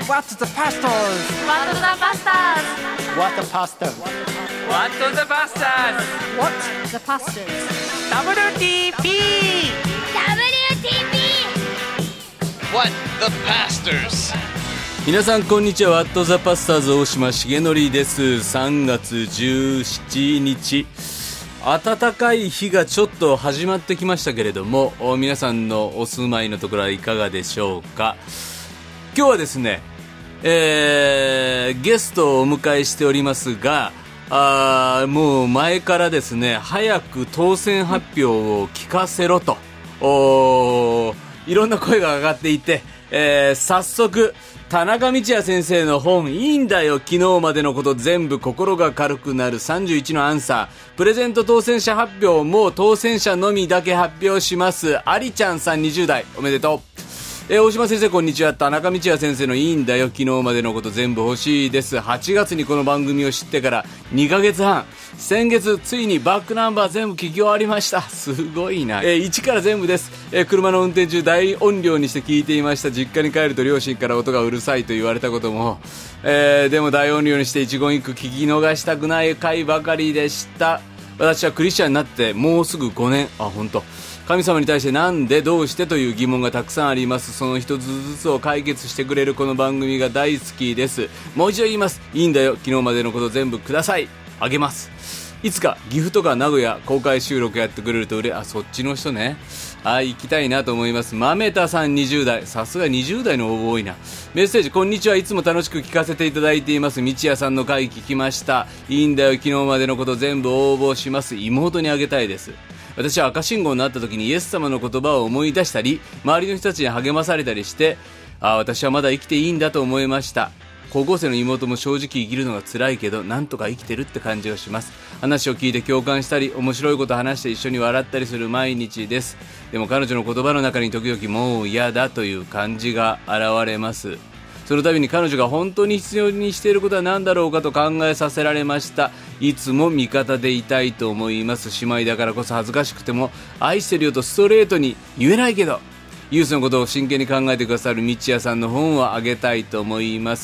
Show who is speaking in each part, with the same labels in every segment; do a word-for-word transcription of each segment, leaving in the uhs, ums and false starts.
Speaker 1: What the pastors?
Speaker 2: What the pastors?
Speaker 1: What the pastors?
Speaker 3: What the pastors?
Speaker 2: What the pastors?
Speaker 3: ダブリューティーピー
Speaker 2: ダブリューティーピー
Speaker 4: What the pastors?
Speaker 5: 皆さんこんにちは。 What the pastors 大島重則です。さんがつじゅうしちにち、暖かい日がちょっと始まってきましたけれども、皆さんのお住まいのところはいかがでしょうか。今日はですね、えー、ゲストをお迎えしておりますが、あーもう前からですね、早く当選発表を聞かせろとおいろんな声が上がっていて、えー、早速田中道也先生の本、いいんだよ昨日までのこと全部心が軽くなるさんじゅういちのアンサー、プレゼント当選者発表も当選者のみだけ発表します。ありちゃんさんにじゅうだいおめでとう。えー、大島先生こんにちは。田中道也先生のいいんだよ昨日までのこと全部欲しいです。はちがつにこの番組を知ってからにかげつはん、先月ついにバックナンバー全部聞き終わりました。すごいな。えー、いちから全部です。えー、車の運転中大音量にして聞いていました。実家に帰ると両親から音がうるさいと言われたことも、えー、でも大音量にして一言一句聞き逃したくない回ばかりでした。私はクリスチャンになってもうすぐごねん、あ、本当。神様に対してなんでどうしてという疑問がたくさんあります。その一つずつを解決してくれるこの番組が大好きです。もう一度言います。いいんだよ昨日までのこと全部ください。あげます。いつか岐阜とか名古屋公開収録やってくれるとうれあそっちの人ね、あ行きたいなと思います。まめたさんにじゅうだい、さすがにじゅうだいの応募多いな。メッセージこんにちは、いつも楽しく聞かせていただいています。道也さんの回聞きました。いいんだよ昨日までのこと全部応募します。妹にあげたいです。私は赤信号になった時にイエス様の言葉を思い出したり、周りの人たちに励まされたりして、あ私はまだ生きていいんだと思いました。高校生の妹も正直生きるのが辛いけどなんとか生きてるって感じがします。話を聞いて共感したり面白いこと話して一緒に笑ったりする毎日です。でも彼女の言葉の中に時々もう嫌だという感じが現れます。その度に彼女が本当に必要にしていることは何だろうかと考えさせられました。いつも味方でいたいと思います。姉妹だからこそ恥ずかしくても愛してるよとストレートに言えないけど、ユースのことを真剣に考えてくださる道也さんの本をあげたいと思います。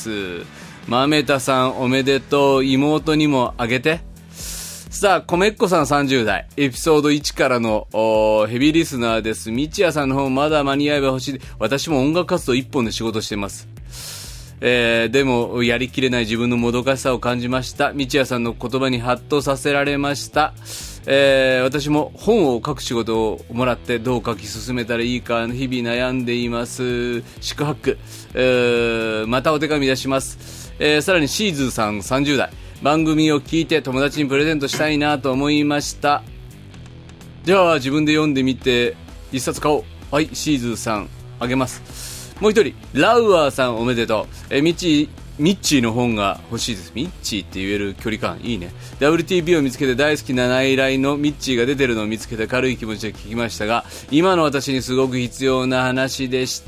Speaker 5: まめたさんおめでとう。妹にもあげて。さあ米っ子さんさんじゅうだい、エピソードいちからのヘビーリスナーです。道也さんの本まだ間に合えば欲しい。私も音楽活動一本で仕事してます。えー、でもやりきれない自分のもどかしさを感じました。道也さんの言葉にハッとさせられました。えー、私も本を書く仕事をもらってどう書き進めたらいいか日々悩んでいます。四苦八苦、えー、またお手紙出します。えー、さらにシーズーさんさんじゅうだい、番組を聞いて友達にプレゼントしたいなと思いました。じゃあ自分で読んでみて一冊買おう。はい、シーズーさんあげます。もう一人ラウアーさんおめでとう。えー、ミッチーミッチーの本が欲しいです。ミッチーって言える距離感いいね。 ダブリューティーピー を見つけて大好きな内来のミッチーが出てるのを見つけて軽い気持ちで聞きましたが、今の私にすごく必要な話でした。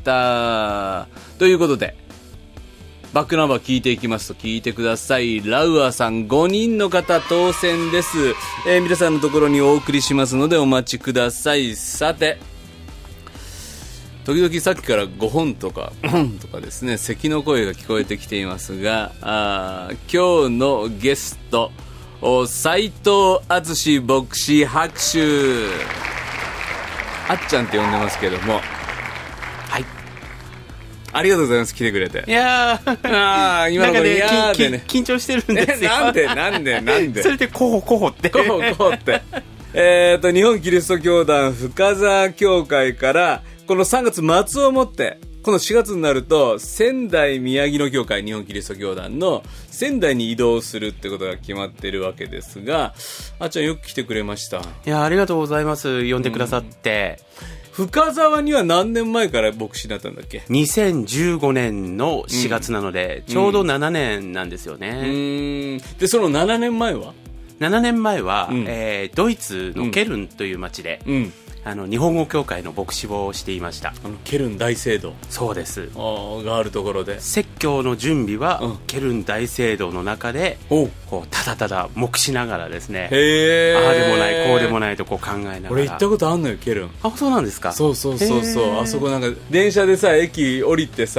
Speaker 5: ということでバックナンバー聞いていきますと聞いてください。ラウアーさんごにんの方当選です。えー、皆さんのところにお送りしますのでお待ちください。さて時々さっきからごほんとかとかですね、咳の声が聞こえてきていますが、あ今日のゲスト斉藤敦牧師拍手。あっちゃんって呼んでますけども、はいありがとうございます。来てくれて。
Speaker 6: いやー
Speaker 5: あ今の子いやーでね
Speaker 6: 緊張してるんですよ。
Speaker 5: なんでなんでなんで
Speaker 6: それでコホコホって
Speaker 5: コホコホってえーと日本キリスト教団深沢教会からこのさんがつ末をもってこのしがつになると仙台宮城野教会日本キリスト教団の仙台に移動するってことが決まってるわけですが、あっちゃんよく来てくれました。
Speaker 6: いやありがとうございます。呼んでくださって、
Speaker 5: うん、深沢には何年前から牧師になったんだっけ。
Speaker 6: にせんじゅうごねんのしがつなので、うん、ちょうどななねんなんですよね。
Speaker 5: うーんでそのななねんまえは
Speaker 6: ななねんまえは、
Speaker 5: うん
Speaker 6: えー、ドイツのケルンという町で、うんあの日本語教会の牧師をしていました。
Speaker 5: あのケルン大聖堂。
Speaker 6: そうです。
Speaker 5: あがあるところで
Speaker 6: 説教の準備は、
Speaker 5: うん、
Speaker 6: ケルン大聖堂の中でこうただただ黙しながらですね、
Speaker 5: へ
Speaker 6: ああでもないこうでもないとこう考えながら。
Speaker 5: 俺行ったことあんのよケルン。
Speaker 6: あそうなんですか。
Speaker 5: そうそうそうそう。あそこなんか電車でさ駅降りてさ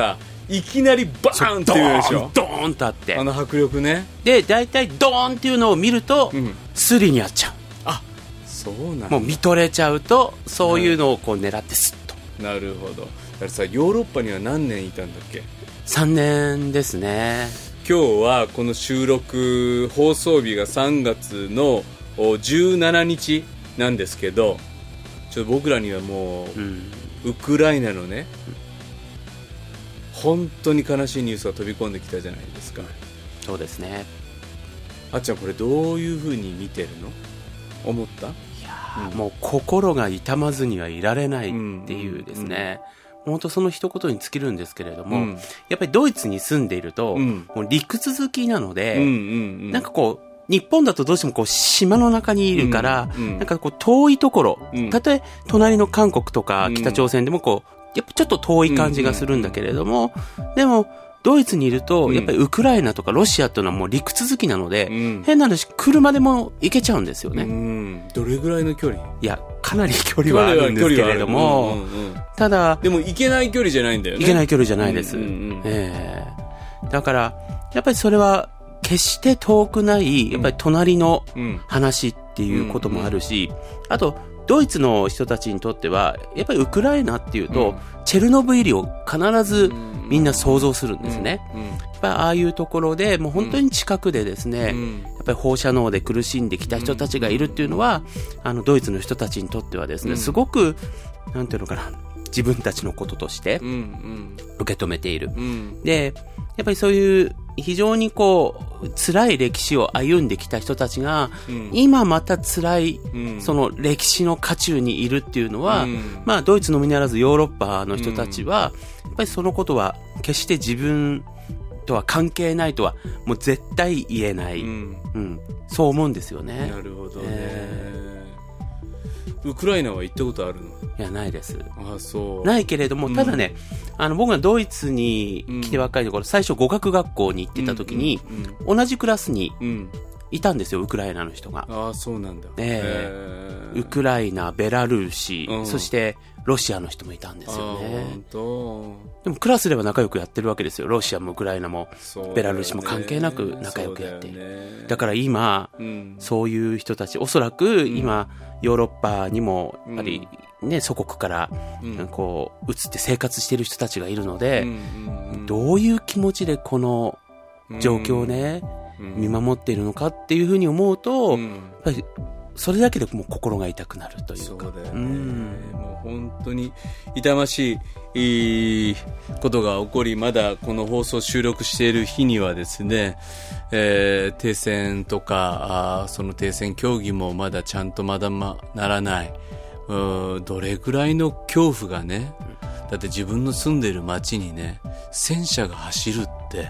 Speaker 5: いきなりバーンっていうでしょ。
Speaker 6: ドーンとあって、
Speaker 5: あの迫力ね。
Speaker 6: で大体ドーンっていうのを見ると、うん、スリにあっちゃう。
Speaker 5: あ、そうなんだ。
Speaker 6: もう見とれちゃうとそういうのをこう狙ってスッと。
Speaker 5: なるほど。だからさ、ヨーロッパには何年いたんだっけ？
Speaker 6: さんねんですね。
Speaker 5: 今日はこの収録放送日がさんがつのじゅうしちにちなんですけど、ちょっと僕らにはもう、うん、ウクライナのね、うん、本当に悲しいニュースが飛び込んできたじゃないですか。
Speaker 6: そうですね。
Speaker 5: あっちゃん、これどういう風に見てるの？思った？い
Speaker 6: や、うん、もう心が痛まずにはいられないっていうですね、うんうんうん、本当その一言に尽きるんですけれども、うん、やっぱりドイツに住んでいると、うん、もう陸続きなので、うんうんうん、なんかこう日本だとどうしてもこう島の中にいるから、うんうん、なんかこう遠いところ、うん、たとえ隣の韓国とか北朝鮮でもこうやっぱちょっと遠い感じがするんだけれども、うんうん、でもドイツにいるとやっぱりウクライナとかロシアっていうのはもう陸続きなので、うん、変な話車でも行けちゃうんですよね、うん、
Speaker 5: どれぐらいの距離？い
Speaker 6: や、かなり距離はあるんですけれども、うんうんうん、ただ
Speaker 5: でも行けない距離じゃないんだよね。
Speaker 6: 行けない距離じゃないです、うんうんうん、えー、だからやっぱりそれは決して遠くないやっぱり隣の話っていうこともあるし、あとドイツの人たちにとってはやっぱりウクライナっていうと、うん、チェルノブイリを必ずみんな想像するんですね、うんうん、やっぱりああいうところでもう本当に近くでですね、うん、やっぱり放射能で苦しんできた人たちがいるっていうのは、あのドイツの人たちにとってはですね、うん、すごくなんていうのかな、自分たちのこととして受け止めている、うんうん、でやっぱりそういう非常にこう辛い歴史を歩んできた人たちが、うん、今また辛い、うん、その歴史の渦中にいるっていうのは、うん、まあドイツのみならずヨーロッパの人たちは、うん、やっぱりそのことは決して自分とは関係ないとはもう絶対言えない、うんうん、そう思うんですよね。
Speaker 5: なるほどね、えー、ウクライナは行ったことあるの？
Speaker 6: いや、ないです。
Speaker 5: あ、そう。
Speaker 6: ないけれども、ただね、うん、あの僕がドイツに来て若いところ、うん、最初語学学校に行ってた時に、うんうん、同じクラスにいたんですよ、ウクライナの人が。
Speaker 5: ああ、そうなんだ。
Speaker 6: えー、ウクライナ、ベラルーシ、うん、そしてロシアの人もいたんですよね。本当。でもクラスでは仲良くやってるわけですよ。ロシアもウクライナも、ベラルーシも関係なく仲良くやっている。だ, だから今、うん、そういう人たち、おそらく今、うん、ヨーロッパにもやっぱり、うんね、祖国から、うん、こう移って生活している人たちがいるので、うんうんうん、どういう気持ちでこの状況をね、うんうん、見守っているのかっていうふうに思うと、うん、やっぱりそれだけでもう心が痛くなるというか。
Speaker 5: そうだよね、うん、もう本当に痛ましい、いいことが起こり、まだこの放送収録している日にはですね、えー、停戦とかあその停戦協議もまだちゃんとまだまならない。うどれぐらいの恐怖がね、だって自分の住んでいる街にね戦車が走るって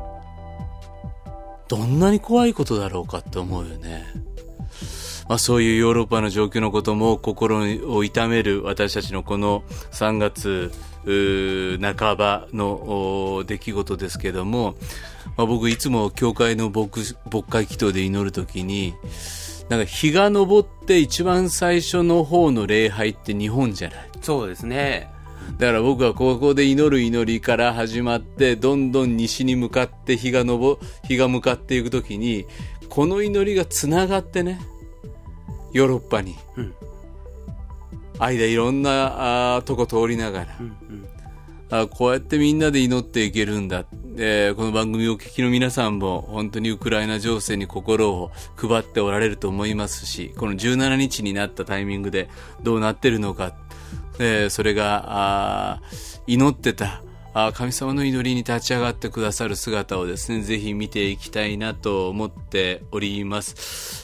Speaker 5: どんなに怖いことだろうかって思うよね。まあ、そういうヨーロッパの状況のことも心を痛める私たちのこのさんがつ半ばの出来事ですけども、まあ、僕いつも教会の牧会祈祷で祈るときになんか日が昇って一番最初の方の礼拝って日本じゃない？
Speaker 6: そうですね。
Speaker 5: だから僕はここで祈る祈りから始まってどんどん西に向かって日が昇日が向かっていくときにこの祈りがつながってね、ヨーロッパに、うん、間いろんなあとこ通りながら、うんうん、あこうやってみんなで祈っていけるんだ。でこの番組をお聞きの皆さんも本当にウクライナ情勢に心を配っておられると思いますし、このじゅうしちにちになったタイミングでどうなってるのか、でそれがあ祈ってたあ神様の祈りに立ち上がってくださる姿をですね、ぜひ見ていきたいなと思っております。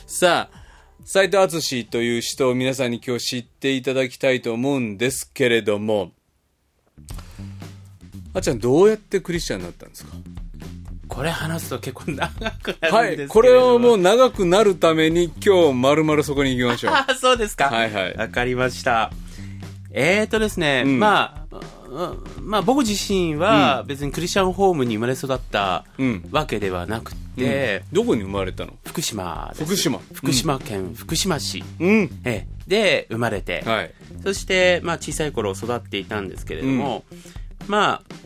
Speaker 5: さあ、斉藤敦という人を皆さんに今日知っていただきたいと思うんですけれども、あっちゃんどうやってクリスチャンになったんですか？
Speaker 6: これ話すと結構長くなるんですけれども、はい、
Speaker 5: これをもう長くなるために今日丸々そこに行きましょう。
Speaker 6: あ、そうですか。
Speaker 5: はいはい。
Speaker 6: わかりました。えーとですね、うん、まあ、まあ僕自身は別にクリスチャンホームに生まれ育ったわけではなくて、
Speaker 5: うん、どこに生まれたの？
Speaker 6: 福島です。
Speaker 5: 福島。
Speaker 6: 福島県福島市、
Speaker 5: うん、
Speaker 6: えで生まれて、はい、そしてまあ小さい頃育っていたんですけれども、うん、まあ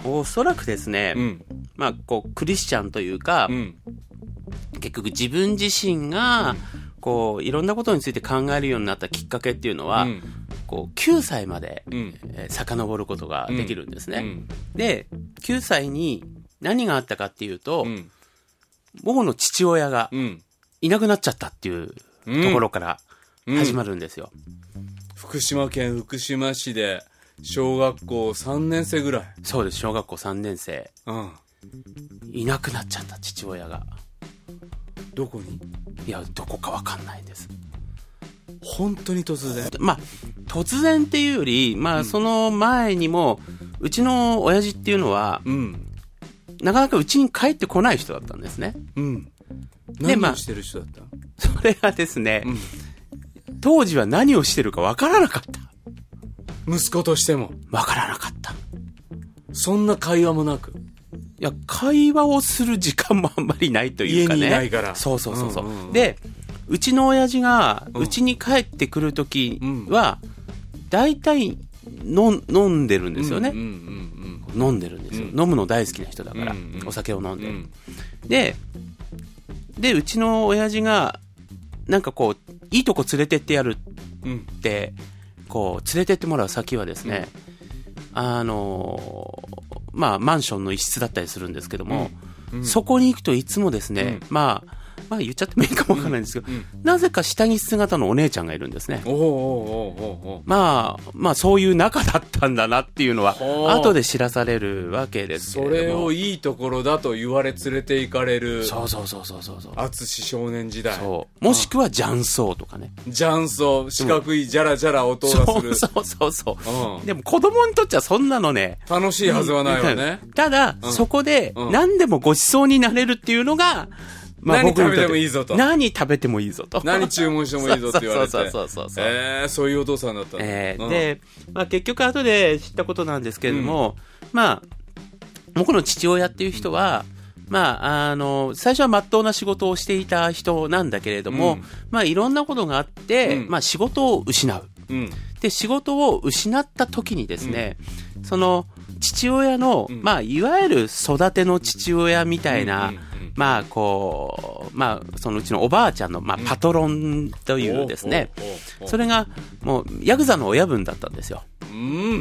Speaker 6: おそらくですね、
Speaker 5: うん、
Speaker 6: まあ、こう、クリスチャンというか、うん、結局自分自身が、うん、こう、いろんなことについて考えるようになったきっかけっていうのは、うん、こう、きゅうさいまで、うんえー、遡ることができるんですね、うんうん。で、きゅうさいに何があったかっていうと、うん、僕の父親がいなくなっちゃったっていうところから始まるんですよ。
Speaker 5: うんうん、福島県福島市で小学校さんねん生ぐらい。
Speaker 6: そうです、小学校さんねん生。
Speaker 5: うん。
Speaker 6: いなくなっちゃった、父親が。
Speaker 5: どこに？
Speaker 6: いや、どこかわかんないんです。
Speaker 5: 本当に突然？
Speaker 6: まあ、突然っていうより、まあ、うん、その前にも、うちの親父っていうのは、うん、なかなかうちに帰ってこない人だったんですね。
Speaker 5: うん。何をしてる人だった？
Speaker 6: まあ、それがですね、うん、当時は何をしてるかわからなかった。
Speaker 5: 息子としても
Speaker 6: わからなかった。
Speaker 5: そんな会話もなく。
Speaker 6: いや、会話をする時間もあんまりないというかね。
Speaker 5: 家にいないから。
Speaker 6: そうそうそうそう、うんうんうん。で、うちの親父がうちに帰ってくるときは、だいたい飲んでるんですよね、うんうんうんうん。飲んでるんですよ、うん。飲むの大好きな人だから、うんうん、お酒を飲んでる、うん。で、で、うちの親父が、なんかこう、いいとこ連れてってやるって、うんこう連れてってもらう先はですね、うん、あのまあマンションの一室だったりするんですけども、うんうん、そこに行くといつもですね、うん、まあまあ言っちゃってもいいかもわからないんですけど、うんうん、なぜか下着姿のお姉ちゃんがいるんですね。
Speaker 5: おーおーおーおー
Speaker 6: まあまあそういう仲だったんだなっていうのは後で知らされるわけですけれども、
Speaker 5: それをいいところだと言われ連れて行かれる。
Speaker 6: そうそうそうそうそうそう。
Speaker 5: 淳少年時代。
Speaker 6: そうもしくは雀荘とかね。
Speaker 5: 雀荘四角いジャラジャラ音がする。
Speaker 6: そうそうそうそう、うん。でも子供にとっちゃそんなのね
Speaker 5: 楽しいはずはないわね。
Speaker 6: ただ、うん、そこで何でもごちそうになれるっていうのが。
Speaker 5: まあ、何食べてもいいぞと。
Speaker 6: 何食べてもいいぞと。
Speaker 5: 何注文してもいいぞって言われて。
Speaker 6: そうそうそうそう。
Speaker 5: えー、そういうお父さんだったんだ。
Speaker 6: えーうん、で、まあ結局後で知ったことなんですけれども、うん、まあ、僕の父親っていう人は、うん、まあ、あの、最初は真っ当な仕事をしていた人なんだけれども、うん、まあいろんなことがあって、うん、まあ仕事を失う、うん。で、仕事を失った時にですね、うん、その、父親の、うん、まあ、いわゆる育ての父親みたいな、うんうんうん、まあ、こう、まあ、そのうちのおばあちゃんの、まあ、パトロンというですね、うん、それが、もう、ヤクザの親分だったんですよ。
Speaker 5: うん。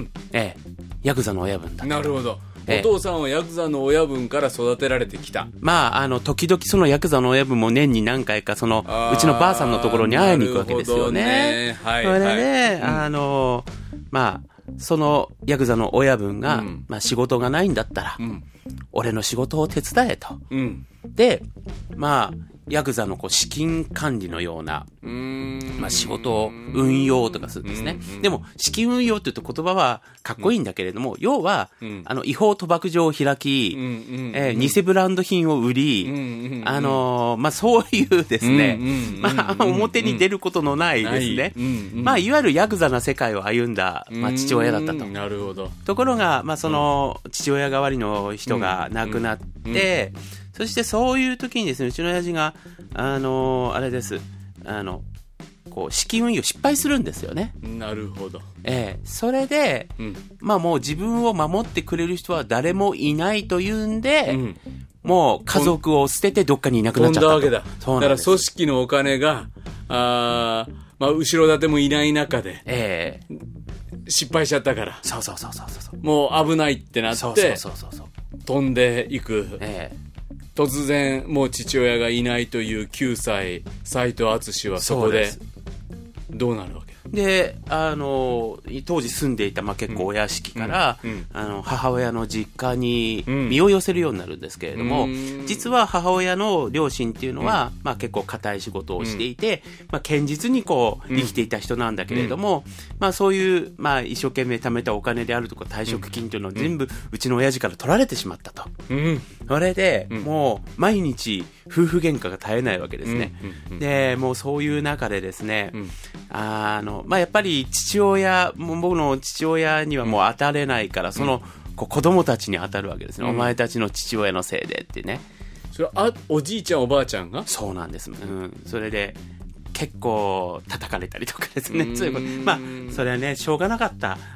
Speaker 6: ええ。ヤクザの親分だった。
Speaker 5: なるほど。お父さんはヤクザの親分から育てられてきた。
Speaker 6: まあ、あの、時々そのヤクザの親分も年に何回か、その、うちのばあさんのところに会いに行くわけですよね。
Speaker 5: はい、
Speaker 6: それで、
Speaker 5: ね、
Speaker 6: うん、あの、まあ、そのヤクザの親分が、うん、まあ仕事がないんだったら、うん、俺の仕事を手伝えと。うん、で、まあ、ヤクザのこう資金管理のような、うーんまあ仕事を運用とかするんですね。でも、資金運用というと言葉はかっこいいんだけれども、うん、要は、うん、あの、違法賭博場を開き、うんうんうんえー、偽ブランド品を売り、うんうんうん、あのー、まあそういうですね、うんうんうんうん、まあ表に出ることのないですね、うんうん、まあいわゆるヤクザな世界を歩んだ、まあ父親だったと。
Speaker 5: なるほど。
Speaker 6: ところが、まあその、父親代わりの人が亡くなって、うんうんうんそしてそういう時にですね、うちの親父が、あのー、あれです、あの、こう、資金運用失敗するんですよね。
Speaker 5: なるほど。
Speaker 6: ええー、それで、うん、まあもう自分を守ってくれる人は誰もいないというんで、うん、もう家族を捨ててどっかにいなくなっちゃったと。
Speaker 5: 飛んだわけだ。そうなんです。だから組織のお金が、あまあ後ろ盾もいない中で、ええー、失敗しちゃったから。
Speaker 6: そうそうそうそうそう。
Speaker 5: もう危ないってなって、
Speaker 6: そうそうそうそうそう。
Speaker 5: 飛んでいく。
Speaker 6: ええー
Speaker 5: 突然もう父親がいないというきゅうさい斉藤敦はそこでどうなるわけ
Speaker 6: で、あの当時住んでいた、まあ、結構お屋敷から、うんうん、あの母親の実家に身を寄せるようになるんですけれども、うん、実は母親の両親っていうのは、うんまあ、結構固い仕事をしていて、うんまあ、堅実にこう生きていた人なんだけれども、うんまあ、そういう、まあ、一生懸命貯めたお金であるとか退職金というのを全部うちの親父から取られてしまったと、うん、それで、うん、もう毎日夫婦喧嘩が絶えないわけですね、うんうんうん、でもうそういう中でですね、うん、あのまあ、やっぱり父親も僕の父親にはもう当たれないから、うん、そのこう子供たちに当たるわけですね、うん、お前たちの父親のせいでってね。
Speaker 5: それあおじいちゃんおばあちゃんが
Speaker 6: そうなんです、うん、それで結構叩かれたりとかですねそういうことまあそれはねしょうがなかった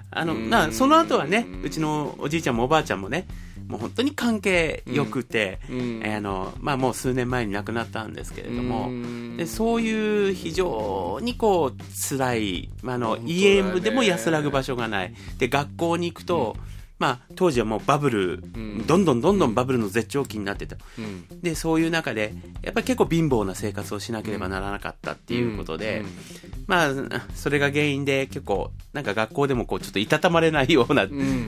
Speaker 6: あの、まあ、その後はね、うちのおじいちゃんもおばあちゃんもね、もう本当に関係良くて、うん、えー、あの、まあ、もう数年前に亡くなったんですけれども、うん、でそういう非常にこう辛い、まあ、あの家でも安らぐ場所がないで、学校に行くと、うん、まあ、当時はもうバブル、うん、どんどんどんどんバブルの絶頂期になってた、うん、でそういう中でやっぱり結構貧乏な生活をしなければならなかったっていうことで、うんうん、まあそれが原因で結構なんか学校でもこうちょっといたたまれないような、うん、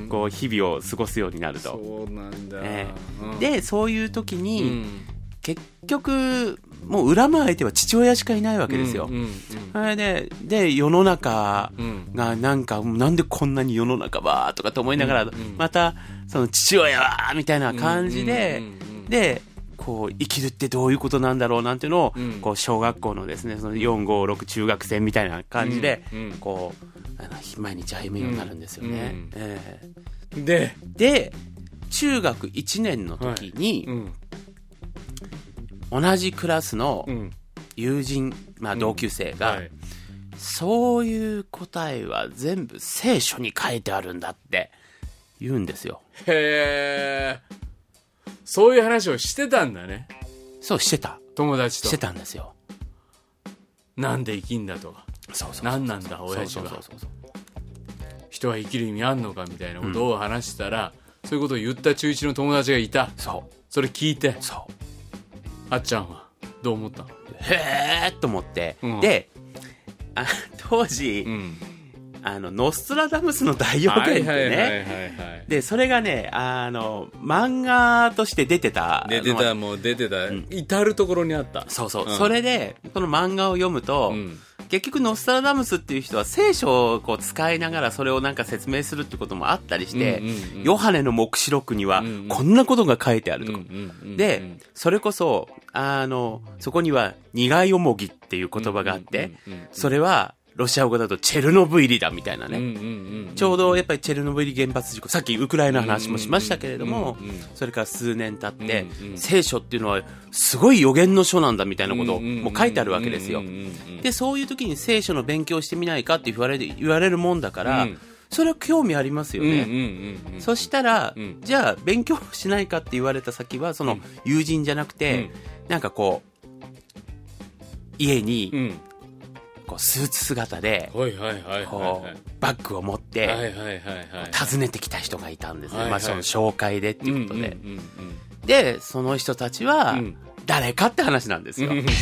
Speaker 6: こう日々を過ごすようになると。
Speaker 5: そうなんだ、
Speaker 6: えーうん、でそういう時に、うん、結局もう恨む相手は父親しかいないわけですよ、うんうんうん、それで、で世の中がなんか、うん、なんでこんなに世の中はとかと思いながら、うんうん、またその父親はみたいな感じで、うんうんうんうん、でこう生きるってどういうことなんだろうなんていうのを、うん、こう小学校のですねそのよん、ご、ろく中学生みたいな感じで、うんうん、こうあの毎日歩むようになるんですよね、うんうん
Speaker 5: えー、で
Speaker 6: で中学いちねんの時に、はいうん、同じクラスの友人、まあ、同級生が、うんはい、そういう答えは全部聖書に書いてあるんだって言うんですよ。
Speaker 5: へー、そういう話をしてたんだね。
Speaker 6: そうしてた、
Speaker 5: 友達と
Speaker 6: してたんですよ。
Speaker 5: なんで生きんだとか、
Speaker 6: そうそうそうそう、
Speaker 5: 何なんだ親父は、
Speaker 6: そうそうそうそう、
Speaker 5: 人は生きる意味あんのかみたいなことを話したら、うん、そういうことを言った中いちの友達がいた。
Speaker 6: そう
Speaker 5: それ聞いて、
Speaker 6: そう
Speaker 5: あっちゃんはどう思ったの？
Speaker 6: へーと思って、うん、であ当時、うん、あのノストラダムスの大予言ってね、でそれがねあの漫画として出てた
Speaker 5: 出てたもう出てた、うん、至るところにあった。
Speaker 6: そうそう、うん、それでこの漫画を読むと、うん、結局ノストラダムスっていう人は聖書をこう使いながらそれをなんか説明するってこともあったりして、うんうんうん、ヨハネの黙示録にはこんなことが書いてあるとか、うんうんうん、でそれこそあのそこには苦いもぎっていう言葉があって、うんうんうんうん、それはロシア語だとチェルノブイリだみたいなね、うんうんうんうん、ちょうどやっぱりチェルノブイリ原発事故、さっきウクライナの話もしましたけれども、うんうんうん、それから数年経って、うんうん、聖書っていうのはすごい予言の書なんだみたいなことをもう書いてあるわけですよ。でそういう時に聖書の勉強してみないかって言われる、言われるもんだから、うん、それは興味ありますよね、うんうんうんうん、そしたら、うん、じゃあ勉強しないかって言われた先はその友人じゃなくて、うん、なんかこう家に、うんこうスーツ姿でバッグを持って訪ねてきた人がいたんですね、はいはいはいまあ、その紹介でっていうことで、うんうんうんうん、でその人たちは誰かって話なんですよ、うんうん、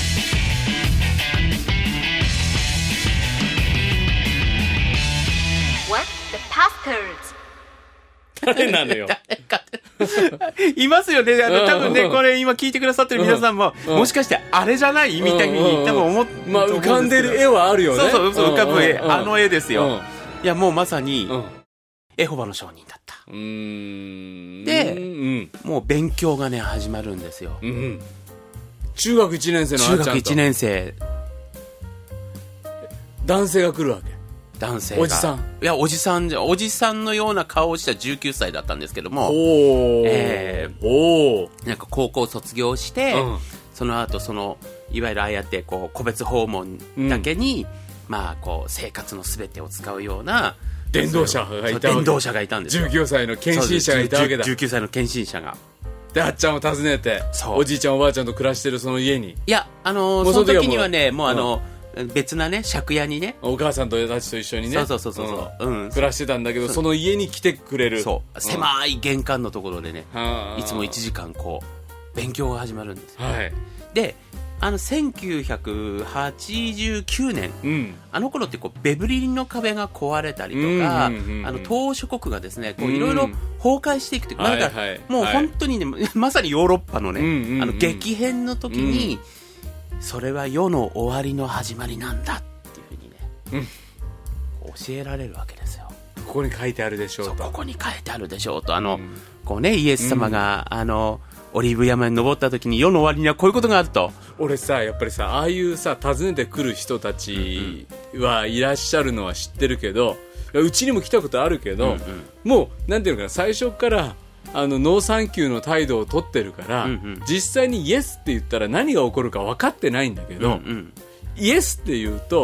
Speaker 2: What the pastors?
Speaker 5: 誰なのよ
Speaker 6: いますよね。あの多分ねこれ今聞いてくださってる皆さんも、うん、もしかしてあれじゃないみたいに多分思って、
Speaker 5: まあ、浮かんでる絵はあるよね。
Speaker 6: そうそうそう浮かぶ絵、あの絵ですよ、うん、いやもうまさに、うん、エホバの証人だった。うーんで、うん、もう勉強がね始まるんですよ、うん、
Speaker 5: 中学いちねん生のあっちゃんと
Speaker 6: 中学いちねん生
Speaker 5: 男性が来るわけ。
Speaker 6: 男性が
Speaker 5: おじさん
Speaker 6: いやおじさんじゃおじさんのような顔をしたじゅうきゅうさいだったんですけども、
Speaker 5: おー、
Speaker 6: えー、
Speaker 5: おー
Speaker 6: なんか高校卒業して、うん、その後そのいわゆるああやってこう個別訪問だけに、うん、まあこう生活のすべてを使うような
Speaker 5: 伝道者がいた
Speaker 6: 伝道者がいたんですよ。
Speaker 5: じゅうきゅうさいの献身者がいたわけだ。
Speaker 6: じゅうきゅうさいの献身者が
Speaker 5: であっちゃんを訪ねておじいちゃんおばあちゃんと暮らしてるその家に、
Speaker 6: いやあのー、その時にはねもうあの、うん別なね借家にね
Speaker 5: お母さんとたちと一緒にね
Speaker 6: そうそうそうそう、うんうん、
Speaker 5: 暮らしてたんだけど そ, その家に来てくれる
Speaker 6: そう、うん、狭い玄関のところでねいつもいちじかんこう勉強が始まるんですよ、はい、であのせんきゅうひゃくはちじゅうきゅうねん、うん、あの頃ってこうベルリンの壁が壊れたりとか、うんうんうんうん、あの東諸国がですねこういろいろ崩壊していくというか、うん、なんかもう本当にね、はい、まさにヨーロッパのね、うんうんうん、あの激変の時に、うん、それは世の終わりの始まりなんだっていうふうにね、うん、教えられるわけですよ。
Speaker 5: ここに書いてあるでしょうと。
Speaker 6: そうここに書いてあるでしょうとあの、うん、こうねイエス様が、うん、あのオリーブ山に登った時に世の終わりにはこういうことがあると。
Speaker 5: 俺さやっぱりさああいうさ訪ねてくる人たちはいらっしゃるのは知ってるけど、うちにも来たことあるけど、うんうん、もうなんていうのかな最初からあのノーサンキューの態度を取ってるから、うんうん、実際にイエスって言ったら何が起こるか分かってないんだけど、うんうん、イエスって言うと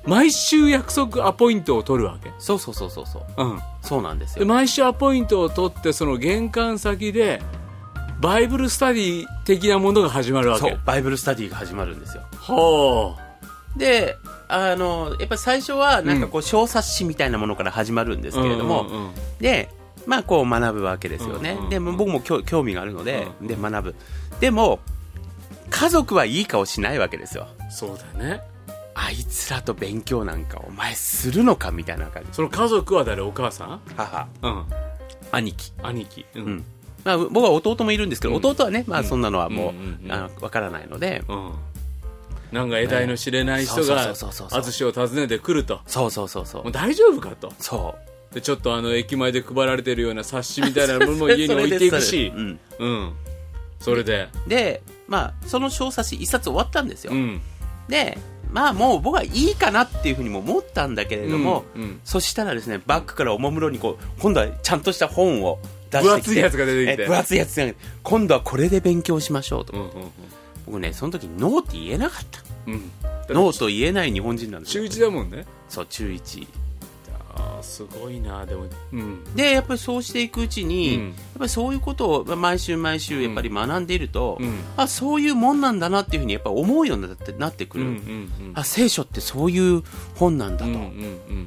Speaker 5: 毎週約束アポイントを取るわけ。
Speaker 6: そうそうそうそうそう、
Speaker 5: うん、
Speaker 6: そうなんですよ。
Speaker 5: で毎週アポイントを取って、その玄関先でバイブルスタディ的なものが始まるわけ。
Speaker 6: そう、バイブルスタディが始まるんですよ。
Speaker 5: は
Speaker 6: あ。で、あのやっぱり最初はなんかこう小冊子みたいなものから始まるんですけれども、うんうんうん、でまあこう学ぶわけですよね、うんうんうん、で僕も興味があるので、うんうん、で学ぶ。でも家族はいい顔しないわけですよ。
Speaker 5: そうだね。
Speaker 6: あいつらと勉強なんかお前するのかみたいな感じ。
Speaker 5: その家族は誰？お母さん？
Speaker 6: 母、
Speaker 5: うん、
Speaker 6: 兄貴
Speaker 5: 兄貴、うん、うん、
Speaker 6: まあ、僕は弟もいるんですけど、うん、弟はね、まあ、そんなのはもう、
Speaker 5: うんうんうん、
Speaker 6: あ分からないので、
Speaker 5: うん、なんか得体の知れない人が淳を訪ねてくると。
Speaker 6: そうそうそうそう、
Speaker 5: もう大丈夫かと。
Speaker 6: そう
Speaker 5: でちょっとあの駅前で配られてるような冊子みたいなものも家に置いていくしうん、うん、それで
Speaker 6: で、まあ、その小冊子一冊終わったんですよ、
Speaker 5: うん、
Speaker 6: でまあもう僕はいいかなっていうふうにも思ったんだけれども、うんうん、そしたらですね、バッグからおもむろにこう今度はちゃんとした本を出してきて、
Speaker 5: 分厚いやつが出てきて、
Speaker 6: 分厚いやつが今度はこれで勉強しましょうと、うんうんうん、僕ねその時ノーって言えなかった、うん、ノーと言えない日本人なんですよ。
Speaker 5: 中いちだもんね。
Speaker 6: そう中いち。
Speaker 5: あすごいな。でも、うん、
Speaker 6: でやっぱりそうしていくうちに、うん、やっぱりそういうことを毎週毎週やっぱり学んでいると、うん、あそういうもんなんだなっていうふうにやっぱ思うようになってなってくる、うんうんうん、あ聖書ってそういう本なんだと、うんうんうん、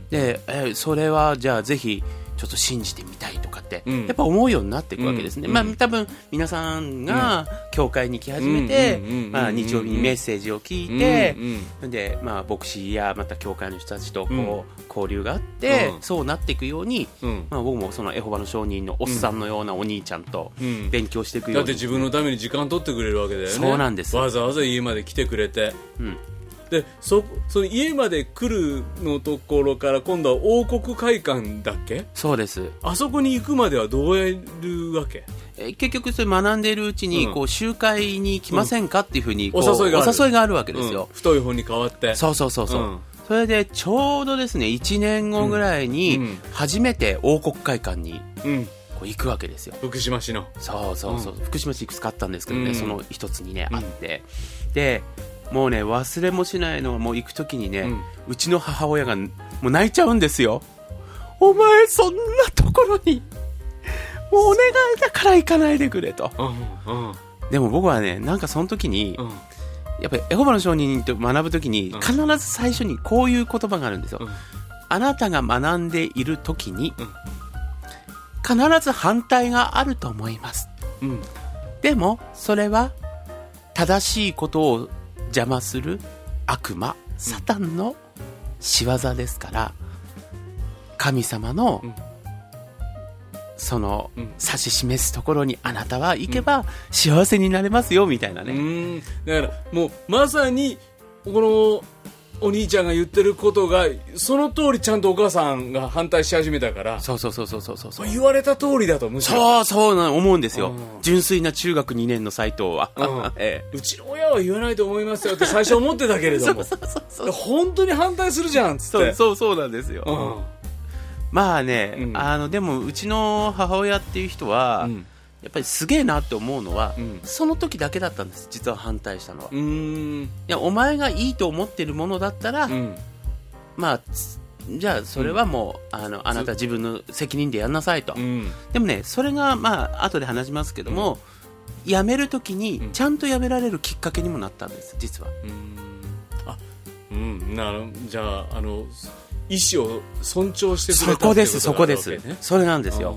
Speaker 6: で、えー、それはじゃあぜひちょっと信じてみたいとかって、うん、やっぱ思うようになっていくわけですね、うんうん、まあ多分皆さんが教会に来始めて、まあ、日曜日にメッセージを聞いて、うんうん、でまあ牧師やまた教会の人たちとこう、うん、交流があって、うん、そうなっていくように、うんまあ、僕もそのエホバの証人のおっさんのようなお兄ちゃんと勉強していくように、
Speaker 5: だって自分のために時間取ってくれるわけだよね。
Speaker 6: そうなんです。
Speaker 5: わざわざ家まで来てくれて、うんで そ, その家まで来るのところから今度は王国会館だっけ。
Speaker 6: そうです。
Speaker 5: あそこに行くまではどうやるわけ。
Speaker 6: え結局それ学んでいるうちに、うん、こう集会に来ませんかっていうふうにこう、
Speaker 5: うん、お誘いがある、
Speaker 6: お誘いがあるわけですよ、
Speaker 5: うん、太い本に変わって。
Speaker 6: そうそうそうそう、うん、それでちょうどですねいちねんごぐらいに初めて王国会館に、うんこう行くわけですよ。
Speaker 5: 福島市の。
Speaker 6: そうそうそう、うん、福島市いくつかあったんですけどね、うん、その一つにね、うん、あってでもうね忘れもしないのはもう行く時にね、うん、うちの母親がもう泣いちゃうんですよ。お前そんなところにもうお願いだから行かないでくれと、うんうん、でも僕はねなんかその時に、うん、やっぱりエホバの証人と学ぶ時に必ず最初にこういう言葉があるんですよ、うん、あなたが学んでいる時に、うん、必ず反対があると思います、うん、でもそれは正しいことを邪魔する悪魔サタンの仕業ですから、神様の、うん、その、うん、指し示すところにあなたは行けば幸せになれますよみたいなね、
Speaker 5: うん、だからもうまさにこのお兄ちゃんが言ってることがその通りちゃんとお母さんが反対し始めたから、
Speaker 6: そうそうそうそうそうそう
Speaker 5: 言われた通りだとむしろ
Speaker 6: そうそうな思うんですよ、うん、純粋な中学にねんの斉藤は、うん
Speaker 5: ええ、うちの親は言わないと思いますよって最初思ってたけれどもそうそうそうそう本当に反対するじゃんっつって
Speaker 6: そうそうそうなんですよ、うん、まあね、うん、あのでもうちの母親っていう人は、うんやっぱりすげえなって思うのは、うん、その時だけだったんです。実は反対したのは。うーんいやお前がいいと思ってるものだったら、うん、まあじゃあそれはもう、うん、あのあなた自分の責任でやんなさいと、うん、でもねそれがまあ後で話しますけども、うん、辞める時にちゃんと辞められるきっかけにもなったんです実は。うーんあ
Speaker 5: うんなるじゃああの意思を尊重してくれたってことだったわけね。
Speaker 6: そこですそこですそれなんですよ。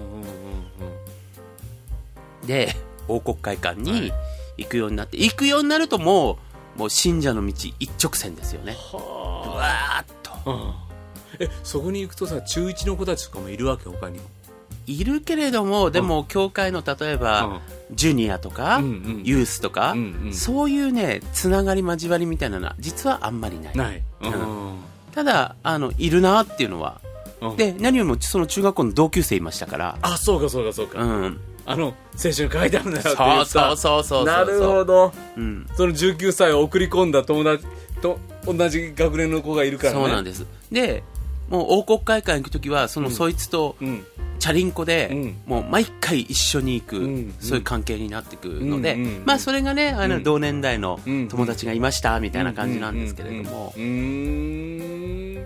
Speaker 6: で王国会館に行くようになって、はい、行くようになるともう、もう信者の道一直線ですよね。はうわーっと、うん、
Speaker 5: えそこに行くとさ中いちの子たちとかもいるわけ他にも
Speaker 6: いるけれどもでも、うん、教会の例えば、うん、ジュニアとか、うんうん、ユースとか、うんうん、そういうねつながり交わりみたいなのは実はあんまりない
Speaker 5: ない、
Speaker 6: うん、ただあのいるなっていうのは、うん、で何よりもその中学校の同級生いましたから。
Speaker 5: あそうかそうかそうか、うんあの聖書に書いてあるんだよって
Speaker 6: 言ったそうそうそうそうそう
Speaker 5: なるほど、うん、そのじゅうきゅうさいを送り込んだ友達と同じ学年の子がいるからね。
Speaker 6: そうなんです。でもう王国会館行くときはその、うん、そいつと、うん、チャリンコで、うん、もう毎回一緒に行く、うん、そういう関係になっていくので、うん、まあそれがねあの同年代の友達がいましたみたいな感じなんですけれども、うーん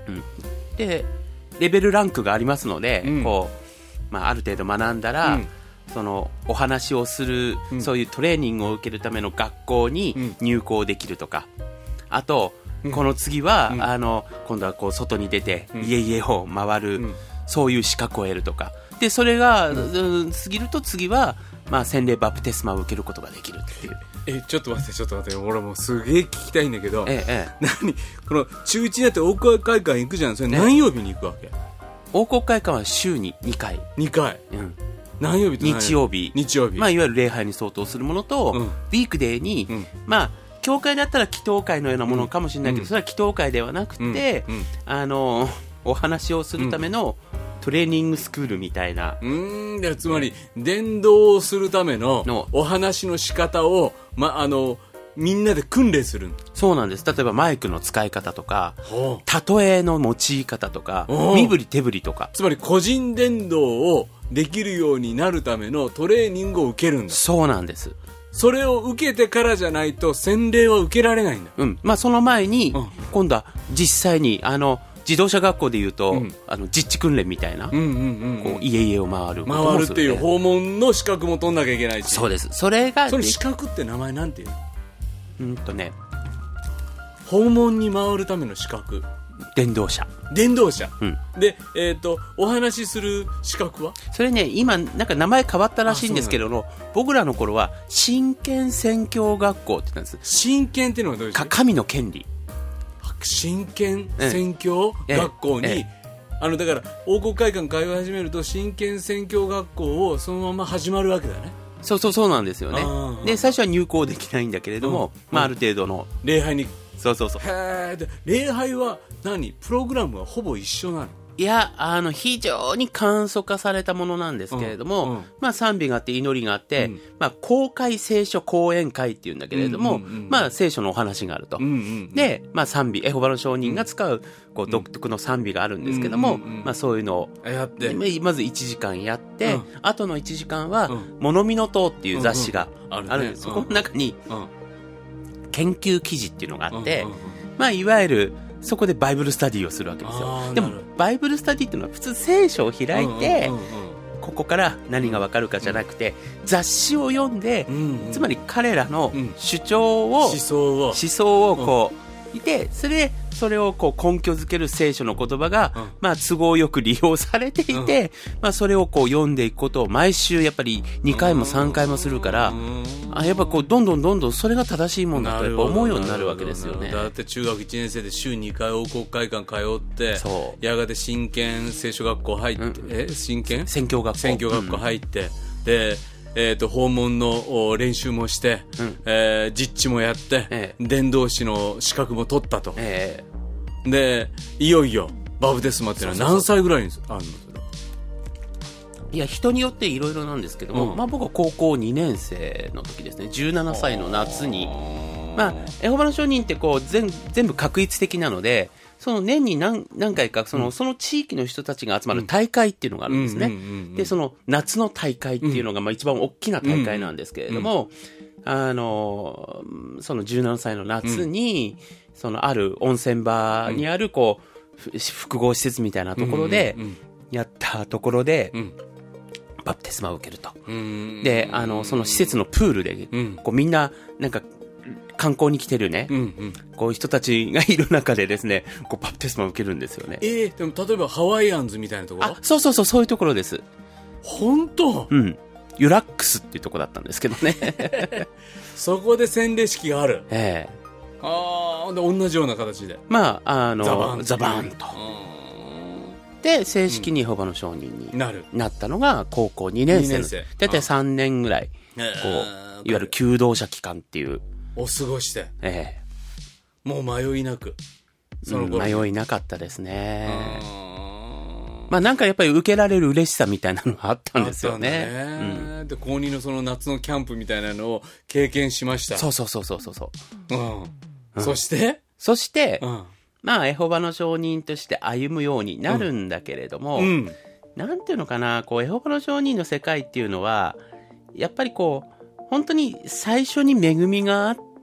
Speaker 6: でレベルランクがありますので、
Speaker 5: うん
Speaker 6: こうまあ、ある程度学んだら、
Speaker 5: うん
Speaker 6: そのお話をする、
Speaker 5: うん
Speaker 6: そういうトレーニングを受けるための学校に入校できるとか、あと、
Speaker 5: うん
Speaker 6: この次は、
Speaker 5: うん
Speaker 6: あの今度はこう外に出て、
Speaker 5: うん
Speaker 6: 家々を回る、
Speaker 5: うん
Speaker 6: そういう資格を得るとかで、それが、
Speaker 5: うん
Speaker 6: うん過ぎると次は、まあ、洗礼バプテスマを受けることができるっていう。
Speaker 5: えちょっと待ってちょっと待って俺もうすげえ聞きたいんだけど、
Speaker 6: ええええ、
Speaker 5: 何この中いちになって大川会館行くじゃん。それ何曜日に行くわけ？
Speaker 6: 王国会館は週ににかい、
Speaker 5: にかい。
Speaker 6: うん、
Speaker 5: 何曜日と何
Speaker 6: 日曜日、
Speaker 5: 日曜日、
Speaker 6: まあ、いわゆる礼拝に相当するものと、
Speaker 5: うん
Speaker 6: ウィークデーに、
Speaker 5: うん
Speaker 6: まあ、教会だったら祈祷会のようなものかもしれないけど、
Speaker 5: うん
Speaker 6: それは祈祷会ではなくて、
Speaker 5: うんうん
Speaker 6: あのお話をするためのトレーニングスクールみたいな、
Speaker 5: うーんでつまり伝道をするための
Speaker 6: の
Speaker 5: お話の仕方を、ま、あのみんなで訓練するんだ。
Speaker 6: そうなんです。例えばマイクの使い方とか、
Speaker 5: ほ
Speaker 6: 例えの用い方とか、
Speaker 5: おう
Speaker 6: 身振り手振りとか、
Speaker 5: つまり個人伝道をできるようになるためのトレーニングを受けるんだ。
Speaker 6: そうなんです。
Speaker 5: それを受けてからじゃないと洗礼は受けられないんだ。
Speaker 6: うん。まあ、その前に、
Speaker 5: うん
Speaker 6: 今度は実際に、あの、自動車学校でいうと、
Speaker 5: うん
Speaker 6: あの、実地訓練みたいな、
Speaker 5: うんうんうん
Speaker 6: こう、家々を回ることもする、
Speaker 5: 回るっていう訪問の資格も取んなきゃいけないし。
Speaker 6: そうです。それが、
Speaker 5: その資格って名前なんていうの？
Speaker 6: うんとね、
Speaker 5: 訪問に回るための資格。
Speaker 6: 伝道者。
Speaker 5: 伝道者。
Speaker 6: うん。
Speaker 5: で、えっ、と、お話しする資格は？
Speaker 6: それね、今、なんか名前変わったらしいんですけれども、僕らの頃は、真剣宣教学校って言ったんです。
Speaker 5: 真剣っていうのはどういう
Speaker 6: か神の権利。
Speaker 5: 真剣宣教学校に、
Speaker 6: えええ
Speaker 5: あのだから王国会館通い始めると真剣宣教学校をそのまま始まるわけだね。
Speaker 6: そうそうそうなんですよね
Speaker 5: あー。
Speaker 6: で、最初は入校できないんだけれども、
Speaker 5: うん
Speaker 6: まあ、ある程度の、
Speaker 5: 礼拝に。
Speaker 6: そうそうそう。
Speaker 5: へえ。で礼拝は何？プログラムはほぼ一緒なの？
Speaker 6: いや、あの、非常に簡素化されたものなんですけれども、
Speaker 5: うんうん
Speaker 6: まあ、賛美があって祈りがあって、
Speaker 5: うん
Speaker 6: まあ、公開聖書講演会っていうんだけれども、
Speaker 5: うんうんうん
Speaker 6: まあ、聖書のお話があると。
Speaker 5: うんうんうん
Speaker 6: で、まあ、賛美、エホバの証人が使う、こう、独特の賛美があるんですけども、
Speaker 5: うんうんうん
Speaker 6: まあ、そういうのを、
Speaker 5: やって。
Speaker 6: まずいちじかんやって、
Speaker 5: うん
Speaker 6: 後のいちじかんは、
Speaker 5: うん
Speaker 6: 物見の塔っていう雑誌が
Speaker 5: うんうん
Speaker 6: あるんです。そこの中に、
Speaker 5: うん
Speaker 6: 研究記事っていうのがあって、
Speaker 5: うんうんうん
Speaker 6: まあ、いわゆる、そこでバイブルスタディをするわけです
Speaker 5: あ
Speaker 6: よ。でも
Speaker 5: ーなるほど、
Speaker 6: バイブルスタディっていうのは普通聖書を開いて、
Speaker 5: うんうん
Speaker 6: ここから何がわかるかじゃなくて、雑誌を読んで、
Speaker 5: うんうん
Speaker 6: つまり彼らの
Speaker 5: うん
Speaker 6: 主張を、
Speaker 5: 思想を
Speaker 6: 思想をこう、いて、それで、それをこう根拠づける聖書の言葉が、
Speaker 5: うん
Speaker 6: まあ都合よく利用されていて、まあそれをこう読んでいくことを毎週やっぱりにかいもさんかいもするから、あやっぱこうどんどんどんどんそれが正しいもんだとやっぱ思うようになるわけですよね。
Speaker 5: だって中学いちねん生で週にかい王国会館通って
Speaker 6: そう
Speaker 5: やがて真剣聖書学校入って、
Speaker 6: うん
Speaker 5: え真剣
Speaker 6: 宣教学校。
Speaker 5: 宣教学校入って、で、えー、と訪問のお練習もして、
Speaker 6: うん
Speaker 5: えー実地もやって、
Speaker 6: え
Speaker 5: 伝道師の資格も取ったと、
Speaker 6: ええ
Speaker 5: でいよいよバプテスマっていうのは何歳ぐらいにあるの？それ
Speaker 6: いや人によっていろいろなんですけども、
Speaker 5: うん
Speaker 6: まあ僕は高校にねん生の時ですね、じゅうななさいの夏に、まあエホバの証人ってこう全全部画一的なので、その年に何何回かその、その地域の人たちが集まる大会っていうのがあるんですね。
Speaker 5: うんうんうんうん
Speaker 6: でその夏の大会っていうのがまあ一番大きな大会なんですけれども、あのそのじゅうななさいの夏に、そのある温泉場にあるこう、ふ複合施設みたいなところで、
Speaker 5: うんうん
Speaker 6: やったところで、
Speaker 5: うん
Speaker 6: バプテスマを受けると。
Speaker 5: うん
Speaker 6: で、あの、その施設のプールで、
Speaker 5: うん
Speaker 6: こうみんな、なんか、観光に来てるね、
Speaker 5: うんうん
Speaker 6: こういう人たちがいる中でですね、こうバプテスマを受けるんですよね。
Speaker 5: えー、でも例えばハワイアンズみたいなところ
Speaker 6: あ、そうそうそう、そういうところです。
Speaker 5: 本当、
Speaker 6: うん。ユラックスっていうところだったんですけどね。
Speaker 5: そこで洗礼式がある。
Speaker 6: ええ
Speaker 5: ああ、で同じような形で。
Speaker 6: まあ、あの、
Speaker 5: ザバン
Speaker 6: ザバーンと。
Speaker 5: う
Speaker 6: で、正式にエホバの証人に
Speaker 5: んなる。
Speaker 6: なったのが高校にねん生の
Speaker 5: にねん生。
Speaker 6: だいたいさんねんぐらい、
Speaker 5: えー
Speaker 6: こう、いわゆる求道者期間っていう、
Speaker 5: お過ごして、
Speaker 6: え
Speaker 5: もう迷いなく。
Speaker 6: え
Speaker 5: その頃。
Speaker 6: うん迷いなかったですね。
Speaker 5: あ
Speaker 6: まあなんかやっぱり受けられる嬉しさみたいなのがあったんですよ
Speaker 5: あったんだ
Speaker 6: ね。
Speaker 5: ねで、高にのその夏のキャンプみたいなのを経験しました。
Speaker 6: そうそうそうそうそうそう。
Speaker 5: うん。そして、
Speaker 6: そして、
Speaker 5: うん。
Speaker 6: まあエホバの証人として歩むようになるんだけれども、
Speaker 5: うん。
Speaker 6: なんていうのかな、こうエホバの証人の世界っていうのは、やっぱりこう、本当に最初に恵みがあっ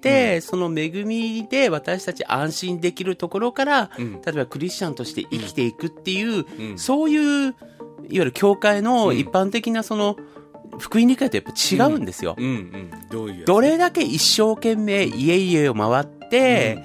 Speaker 6: て、うん、その恵みで私たち安心できるところから、うん、例えばクリスチャンとして生きていくっていう、うん、そういういわゆる教会の一般的なその、福音理解とやっぱ違うんですよ。
Speaker 5: うんうんうん、どういうやつ？
Speaker 6: どれだけ一生懸命家々を回って、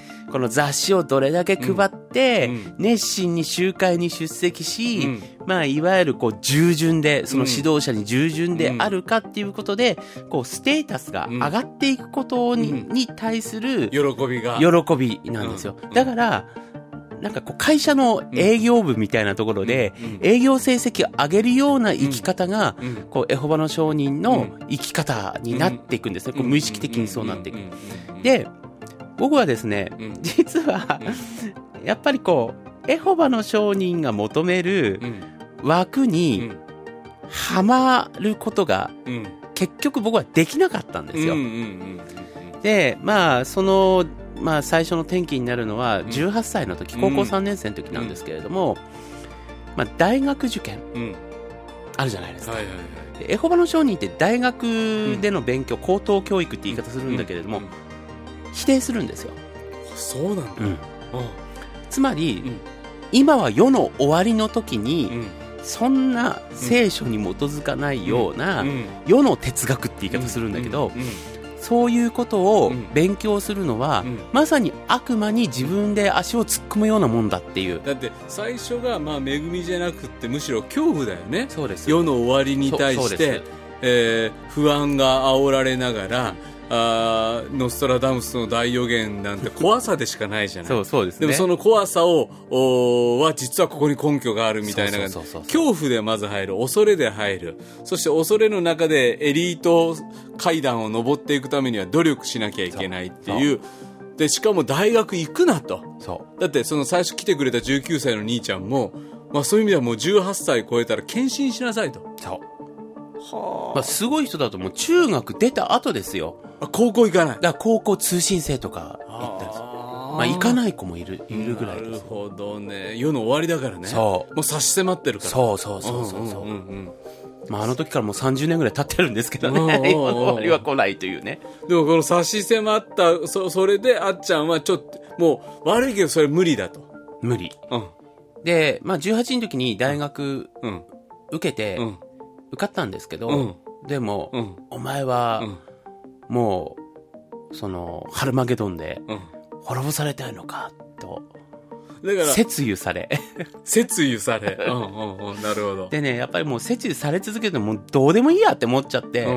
Speaker 6: うん、この雑誌をどれだけ配って、うん、熱心に集会に出席し、うん、まあいわゆるこう従順で、その指導者に従順であるかっていうことで、うん、こうステータスが上がっていくことに、うん、に対する
Speaker 5: 喜びが
Speaker 6: 喜びなんですよ。うん、だから、なんかこう会社の営業部みたいなところで営業成績を上げるような生き方がこうエホバの証人の生き方になっていくんですね。こう無意識的にそうなっていく。で、僕はですね、実はやっぱりこうエホバの証人が求める枠にはまることが結局僕はできなかったんですよ。で、まあそのまあ、最初の転機になるのはじゅうはっさいの時、うん、高校さんねん生の時なんですけれども、うんまあ、大学受験、うん、あるじゃないですか、はいはいはい、でエホバの証人って大学での勉強、うん、高等教育って言い方するんだけれども、うんうん、否定するんですよ。
Speaker 5: そうなんだ、うん、
Speaker 6: つまり、うん、今は世の終わりの時に、うん、そんな聖書に基づかないような、うん、世の哲学って言い方するんだけど、うんうんうんそういうことを勉強するのは、うんうん、まさに悪魔に自分で足を突っ込むようなもんだっていう。
Speaker 5: だって最初がまあ恵みじゃなくってむしろ恐怖だよね。
Speaker 6: そうです。
Speaker 5: 世の終わりに対して、えー、不安が煽られながら、あノストラダムスの大予言なんて怖さでしかないじゃない。
Speaker 6: そうそうですね。
Speaker 5: でもその怖さをおは実はここに根拠があるみたいな感じ。恐怖でまず入る、恐れで入る、そして恐れの中でエリート階段を上っていくためには努力しなきゃいけないっていう。でしかも大学行くなと。そうだってその最初来てくれたじゅうきゅうさいの兄ちゃんも、まあ、そういう意味ではもうじゅうはっさい超えたら献身しなさいと。
Speaker 6: そうはあ、まあ、すごい人だともう中学出た後ですよ。
Speaker 5: 高校行かない。
Speaker 6: だから高校通信制とか行ったんですよ。まあ行かない子もいるいるぐらいです。
Speaker 5: なるほどね。世の終わりだからね。そう。もう差し迫ってるから。
Speaker 6: そうそうそうそうそう。うんうんうん、まああの時からもうさんじゅうねんぐらい経ってるんですけどね。世の終わりは来ないというね。
Speaker 5: でもこの差し迫ったそそれであっちゃんはちょっともう悪いけどそれ無理だと。
Speaker 6: 無理。うん。でまあじゅうはちの時に大学受けて、うん、受かったんですけど、うん、でも、うん、お前は、うんもうそのハルマゲドンで滅ぼされたいのかとだから説諭され
Speaker 5: 説諭され、うんうんうん、なるほど。
Speaker 6: でねやっぱりもう説諭され続けてもうどうでもいいやって思っちゃって、うん、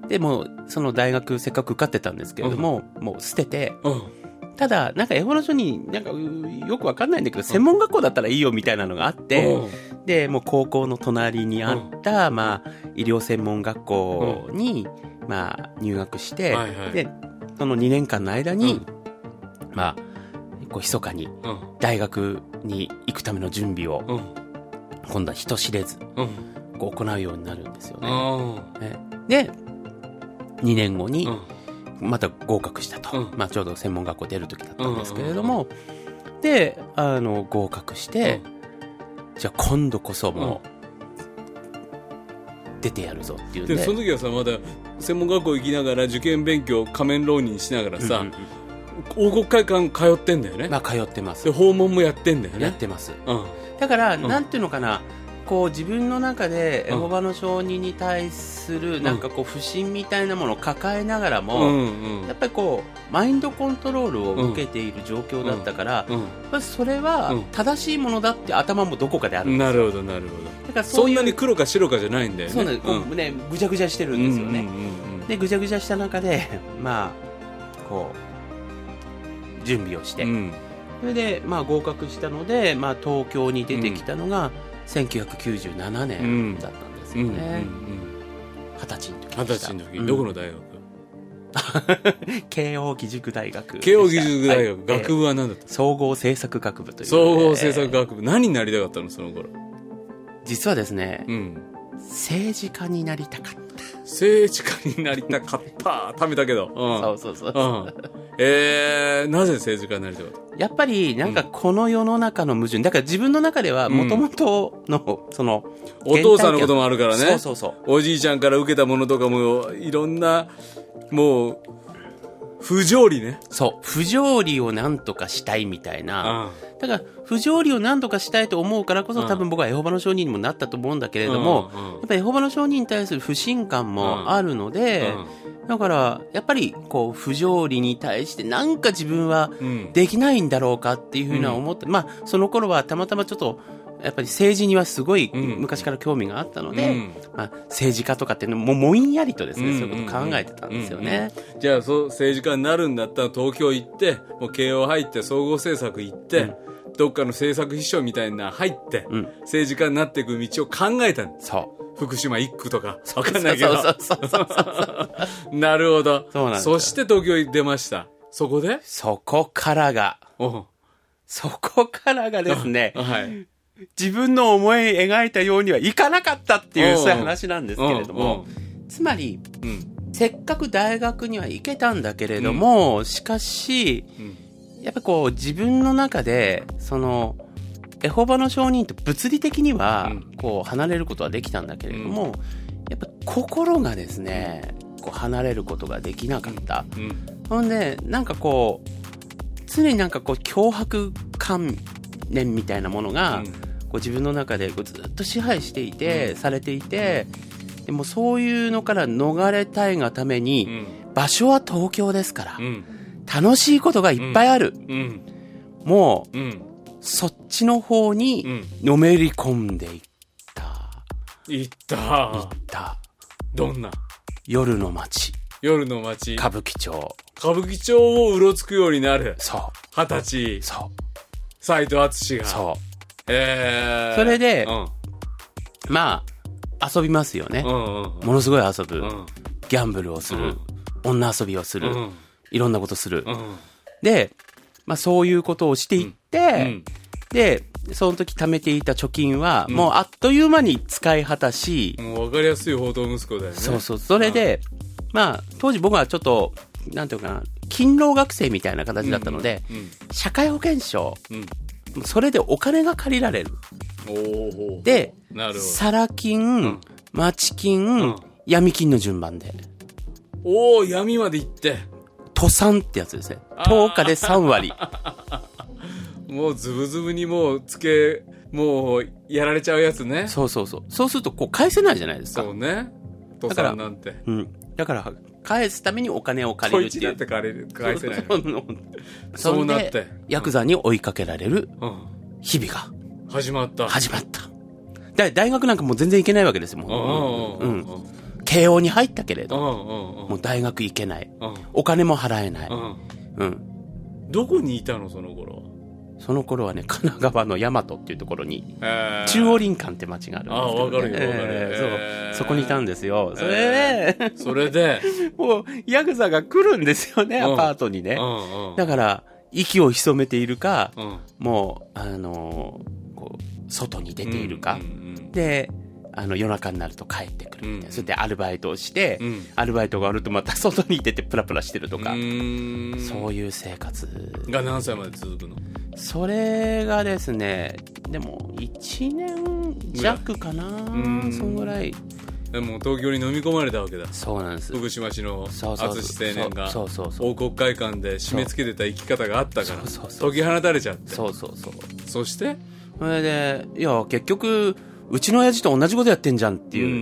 Speaker 6: でもその大学せっかく受かってたんですけれども、うん、もう捨てて、うん、ただなんかエホバの書になんかよくわかんないんだけど、うん、専門学校だったらいいよみたいなのがあって、うん、でもう高校の隣にあった、うんまあ、医療専門学校に、うんまあ、入学して、はいはい、でそのにねんかんの間に、うん、まあこう密かに大学に行くための準備を、うん、今度は人知れず、うん、こう行うようになるんですよね。でにねんごにまた合格したと、うんまあ、ちょうど専門学校出る時だったんですけれども、うんうんうん、であの合格して、うん、じゃあ今度こそもう、うん出てやるぞっていうんで。
Speaker 5: でその時はさまだ専門学校行きながら受験勉強仮面浪人しながらさ、うんうんうん、王国会館通ってんだよね。
Speaker 6: まあ通ってます。
Speaker 5: で訪問もやってんだよね。
Speaker 6: やってます、うん、だから、うん、なんていうのかなこう自分の中でエホバの証人に対するなんかこう不信みたいなものを抱えながらも、うんうん、やっぱりこうマインドコントロールを受けている状況だったから、うんうんうん、それは正しいものだって頭もどこかであるんですよ。
Speaker 5: なるほどなるほど。だからそういうそんなに黒か白かじゃないんだよね。
Speaker 6: そうなんです、うん、ねぐちゃぐちゃしてるんですよね、うんうんうんうん、でぐちゃぐちゃした中でまあこう準備をして、うん、それでまあ合格したので、まあ、東京に出てきたのが、うんせんきゅうひゃくきゅうじゅうななねんだったんですよね。二十、うんうんうん、歳の時でした。
Speaker 5: 二十歳の時、うん、どこの大
Speaker 6: 学？慶応義塾大学。
Speaker 5: 慶応義塾大学、はい、学部は何だった？
Speaker 6: 総合政策学部という。
Speaker 5: 総合政策学部。何になりたかったのその頃？
Speaker 6: 実はですね、うん、政治家になりたかった。
Speaker 5: 政治家になりたかった貯めたけど、
Speaker 6: うん、そうそうそう、うん、
Speaker 5: えー、なぜ政治家になりたかった？
Speaker 6: やっぱりなんかこの世の中の矛盾だから自分の中ではもともとのその
Speaker 5: お父さんのこともあるからね。
Speaker 6: そうそうそう。
Speaker 5: おじいちゃんから受けたものとかもいろんなもう不条理ね。
Speaker 6: そう、不条理をなんとかしたいみたいな。
Speaker 5: うん、
Speaker 6: だから、不条理をなんとかしたいと思うからこそ、多分僕はエホバの証人にもなったと思うんだけれども、うんうん、やっぱりエホバの証人に対する不信感もあるので、うんうん、だから、やっぱり、こう、不条理に対してなんか自分はできないんだろうかっていうふうな思って、うん、まあ、その頃はたまたまちょっと、やっぱり政治にはすごい昔から興味があったので、うんまあ、政治家とかっていうのももんやりとですね、うん、そういうことを考えてたんですよね。
Speaker 5: うんうん、じゃあそう政治家になるんだったら東京行ってもう慶応入って総合政策行って、うん、どっかの政策秘書みたいな入って、うん、政治家になっていく道を考えたんです。そう福島一区とか分かんないけどなるほど。そうなんです。そして東京に出ました。そこで
Speaker 6: そこからがそこからがですね、はい自分の思い描いたようにはいかなかったっていうそういう話なんですけれども、つまり、うん、せっかく大学には行けたんだけれども、うん、しかし、うん、やっぱこう自分の中でそのエホバの証人と物理的にはこう離れることはできたんだけれども、うん、やっぱ心がですねこう離れることができなかった。うん、ほんでなんかこう常になんかこう脅迫観念みたいなものが、うんこう自分の中でこうずっと支配していて、うん、されていて、でもそういうのから逃れたいがために、うん、場所は東京ですから、うん、楽しいことがいっぱいある、うん、もう、うん、そっちの方にのめり込んでいった
Speaker 5: いった
Speaker 6: いった
Speaker 5: どんな
Speaker 6: 夜の街
Speaker 5: 夜の街
Speaker 6: 歌舞伎町
Speaker 5: 歌舞伎町をうろつくようになる。
Speaker 6: そう
Speaker 5: 二十歳
Speaker 6: そう
Speaker 5: 斉藤敦が
Speaker 6: そう
Speaker 5: えー、
Speaker 6: それで、うん、まあ遊びますよね、うんうんうん、ものすごい遊ぶ、うん、ギャンブルをする、うん、女遊びをする、うん、いろんなことする、うん、で、まあ、そういうことをしていって、うん、でその時貯めていた貯金は、うん、もうあっという間に使い果たし、
Speaker 5: もう分かりやすい報道息子だよね。
Speaker 6: そうそうそれで、うん、まあ当時僕はちょっとなんていうかな勤労学生みたいな形だったので、うんうん、社会保険証、うんそれでお金が借りられる。おで、なるほど。サラ金、うん、町金、うん、闇金の順番で。
Speaker 5: おー、闇まで行って。
Speaker 6: 都産ってやつですね。とおかでさんわり。
Speaker 5: もうズブズブにもうつけ、もうやられちゃうやつね。
Speaker 6: そうそうそう。そうするとこう返せないじゃないですか。
Speaker 5: そうね。都産なんて。
Speaker 6: うん。だから返すためにお金を借りるっていう。
Speaker 5: こいつだって借りる返せないの。
Speaker 6: そうなってヤクザに追いかけられる日々が
Speaker 5: 始まった
Speaker 6: 始まった。だ大学なんかもう全然行けないわけですよ。もう、うん、慶応に入ったけれどもう大学行けない。お金も払えない。うん。
Speaker 5: どこにいたのその頃は。
Speaker 6: その頃はね、神奈川の大和っていうところに、中央林間って町があるんですけど、ね。ああ、わかるよ、わかるよ、えー。そう、そこにいたんですよ。それで、
Speaker 5: えー、それで、
Speaker 6: もう、ヤクザが来るんですよね、うん、アパートにね。うんうん、だから、息を潜めているか、うん、もう、あのー、こう、外に出ているか、うんうんうん、で、あの夜中になると帰ってくるみたいな、うん、それでアルバイトをして、うん、アルバイトが終わるとまた外に出てプラプラしてるとか、うーんそういう生活
Speaker 5: が何歳まで続くの？
Speaker 6: それがですね、でもいちねん弱かな、そんぐらい。
Speaker 5: でも東京に飲み込まれたわけだ。
Speaker 6: そうなんです。
Speaker 5: 福島市の淳青年が王国会館で締め付けてた生き方があったから解き放たれちゃって。
Speaker 6: そうそうそう。
Speaker 5: そして
Speaker 6: それでいや結局うちの親父と同じことやってんじゃんっていう、うんうん、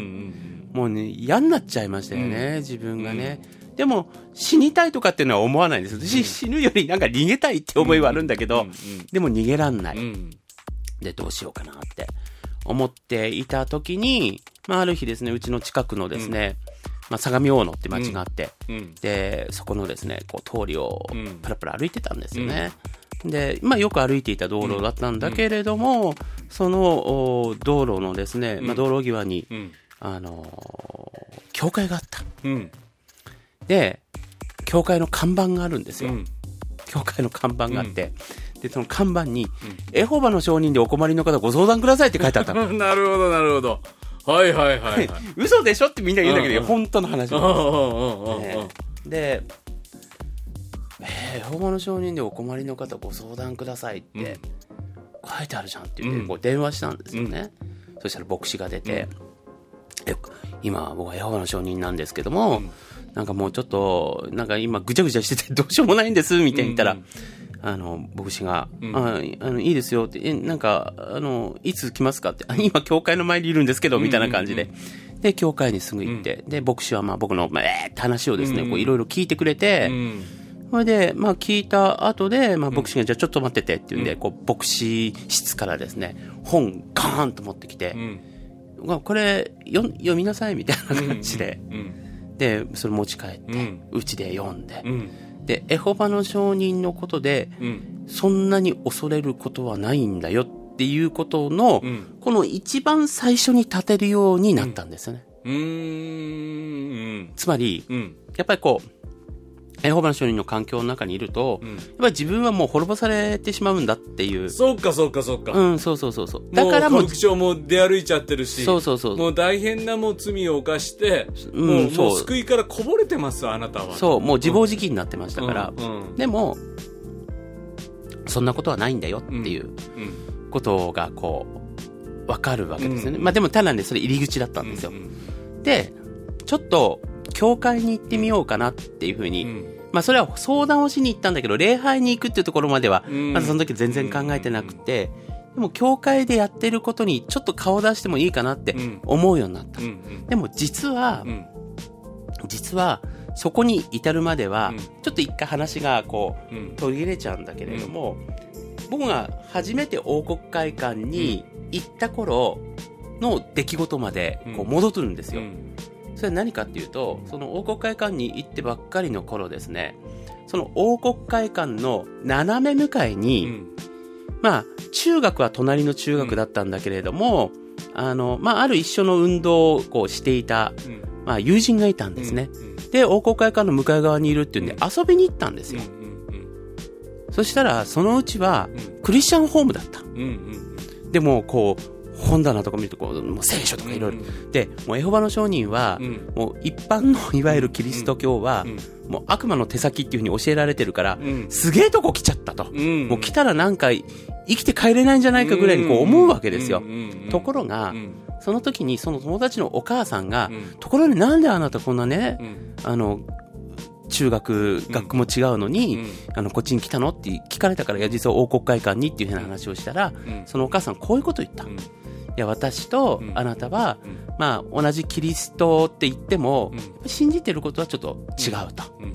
Speaker 6: もうね嫌になっちゃいましたよね、うん、自分がね、うん、でも死にたいとかっていうのは思わないんですよ、うん、死ぬよりなんか逃げたいって思いはあるんだけど、うんうんうん、でも逃げらんない、うん、でどうしようかなって思っていた時に、まあ、ある日ですねうちの近くのですね、うんまあ、相模大野って町があって、うん、でそこのですねこう通りをプラプラ歩いてたんですよね、うん、で、まあ、よく歩いていた道路だったんだけれども、うん、その道路のですね、まあ、道路際に、うん、あのー、教会があった、うん、で教会の看板があるんですよ、うん、教会の看板があって、うん、でその看板に、うん、エホバの証人でお困りの方ご相談くださいって書いてあったの
Speaker 5: なるほどなるほど、はいはいはい、はい、
Speaker 6: 嘘でしょってみんな言うんだけど、本当の話なんです、ね、でえー、エホバの証人でお困りの方ご相談くださいって書いてあるじゃんって言って、こう電話したんですよね、うん、そしたら牧師が出て、 え今僕はエホバの証人なんですけども、うん、なんかもうちょっとなんか今ぐちゃぐちゃしててどうしようもないんですみたいに言ったら、うん、あの牧師が、うん、ああのいいですよってえなんかあのいつ来ますかって今教会の前にいるんですけどみたいな感じで、うんうんうん、で教会にすぐ行って、うん、で牧師はまあ僕の、まあ、えーって話をですね、うんうん、こういろいろ聞いてくれて、うん、それでまあ聞いた後で、まあ、牧師がじゃあちょっと待っててっていうんで、うん、こう牧師室からですね本ガーンと持ってきて、うん、これ読読みなさいみたいな感じで、うんうん、でそれ持ち帰ってうち、うん、で読んで、うん、でエホバの証人のことで、うん、そんなに恐れることはないんだよっていうことの、うん、この一番最初に立てるようになったんですよね、うん、うーんつまり、うん、やっぱりこうエホバの証人の環境の中にいると、うん、やっぱり自分はもう滅ぼされてしまうんだっていう。
Speaker 5: そうかそうかそうか。
Speaker 6: うん、そうそうそうそう。
Speaker 5: だからもう歌舞伎町も出歩いちゃってるし、
Speaker 6: そうそうそう。
Speaker 5: もう大変なもう罪を犯して、うん、もう、もう救いからこぼれてますあなたは。
Speaker 6: そう、もう自暴自棄になってましたから。うんうん、でもそんなことはないんだよっていうことがこうわかるわけですよね。うん、まあでもただねそれ入り口だったんですよ。うんうん、で、ちょっと教会に行ってみようかなっていうふうに。うん、まあそれは相談をしに行ったんだけど、礼拝に行くっていうところまでは、まずその時全然考えてなくて、でも教会でやってることにちょっと顔出してもいいかなって思うようになった。でも実は、実はそこに至るまでは、ちょっと一回話がこう、途切れちゃうんだけれども、僕が初めて王国会館に行った頃の出来事までこう戻るんですよ。それは何かっていうと、その王国会館に行ってばっかりの頃ですね、その王国会館の斜め向かいに、うん、まあ中学は隣の中学だったんだけれども、うん、あのまあある一緒の運動をこうしていた、うん、まあ友人がいたんですね。うんうん、で王国会館の向かい側にいるっていうんで遊びに行ったんですよ。うんうんうん、そしたらそのうちはクリスチャンホームだった。うんうんうん、でもこう。本棚とか見るとこうもう聖書とかいろいろで、もうエホバの証人は、うん、もう一般のいわゆるキリスト教は、うん、もう悪魔の手先っていう風に教えられてるから、うん、すげえとこ来ちゃったと、うん、もう来たらなんか生きて帰れないんじゃないかぐらいにこう思うわけですよ、うん、ところが、うん、その時にその友達のお母さんが、うん、ところでなんであなたこんなね、うん、あの中学、学区も違うのに、うん、あのこっちに来たのって聞かれたから、いや実は王国会館にっていう風な話をしたら、うん、そのお母さんこういうこと言った、うん、いや私とあなたは、うん、まあ同じキリストって言っても、うん、信じてることはちょっと違うと、うん、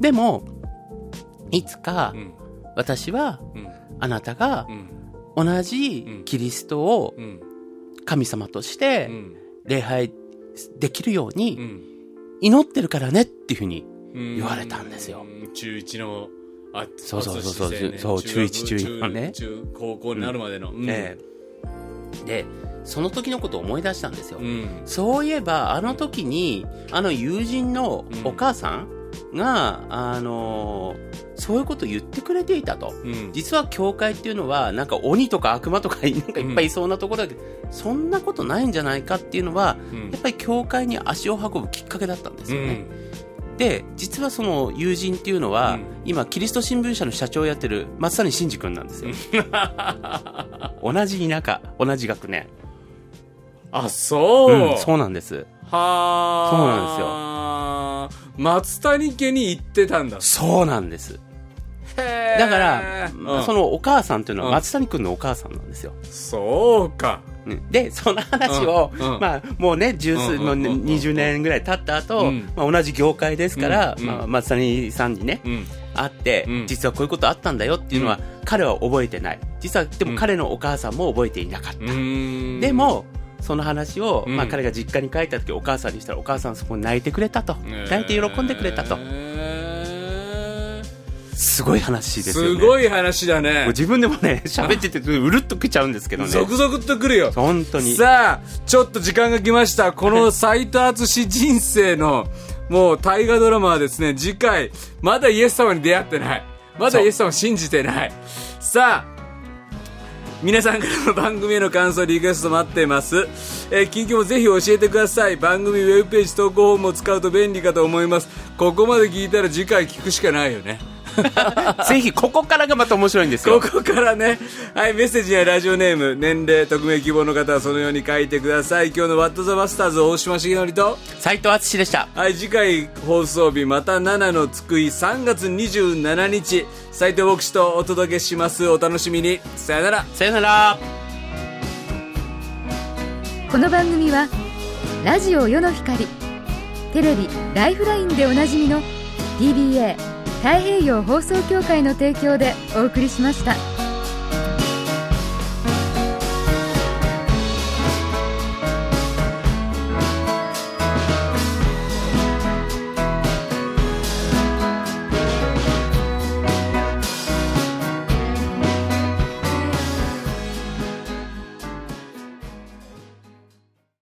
Speaker 6: でもいつか、うん、私は、うん、あなたが、うん、同じキリストを神様として礼拝できるように祈ってるからねっていうふうに言われたんですよ。
Speaker 5: うん、中いちのあ
Speaker 6: そうそうそうそう、そう中いち中にのね、
Speaker 5: 中高校になるまでの、うん、
Speaker 6: ねでその時のことを思い出したんですよ、うん、そういえばあの時にあの友人のお母さんが、うん、あのそういうことを言ってくれていたと、うん、実は教会っていうのはなんか鬼とか悪魔とかなんかいっぱいいそうなところだけど、うん、そんなことないんじゃないかっていうのは、うん、やっぱり教会に足を運ぶきっかけだったんですよね、うん、で実はその友人っていうのは、うん、今キリスト新聞社の社長をやってる松谷真二君なんですよ同じ田舎同じ学年。
Speaker 5: あ、そう、
Speaker 6: うん、そうなんです。
Speaker 5: は
Speaker 6: そうなんですよ。
Speaker 5: 松谷家に行ってたんだ。
Speaker 6: そうなんです。
Speaker 5: へー。
Speaker 6: だから、うん、そのお母さんというのは松谷君のお母さんなんですよ。
Speaker 5: そうか。
Speaker 6: でその話を、うんうん、まあもうね十数のにじゅうねんぐらい経った後、うん、まあ同じ業界ですから、うん、まあ松谷さんにね、うん、会って、うん、実はこういうことあったんだよっていうのは、うん、彼は覚えてない。実はでも彼のお母さんも覚えていなかった。うん、でもその話を、うんまあ、彼が実家に帰った時お母さんにしたらお母さんそこに泣いてくれたと、えー、泣いて喜んでくれたと、えー、すごい話ですよね。
Speaker 5: すごい話だね。
Speaker 6: 自分でもね喋っててうるっときちゃうんですけどね。
Speaker 5: ゾクゾクっとくるよ
Speaker 6: 本当に。
Speaker 5: さあちょっと時間が来ました。この斉藤敦人生のもう大河ドラマはですね、次回まだイエス様に出会ってない、まだイエス様を信じてない。さあ皆さんからの番組への感想リクエスト待っています、えー、近況もぜひ教えてください。番組ウェブページ投稿フォームを使うと便利かと思います。ここまで聞いたら次回聞くしかないよね
Speaker 6: ぜひここからがまた面白いんですよ。
Speaker 5: ここからね、はい、メッセージやラジオネーム、年齢、匿名希望の方はそのように書いてください。今日のワットザバスターズ大島重則と
Speaker 6: 斉藤敦でした。
Speaker 5: はい、次回放送日またななのつくいさんがつにじゅうしちにち斉藤牧師とお届けします。お楽しみに。さよなら。
Speaker 6: さよなら。
Speaker 7: この番組はラジオ世の光、テレビライフラインでおなじみの ティービーエー 太平洋放送協会の提供でお送りしました。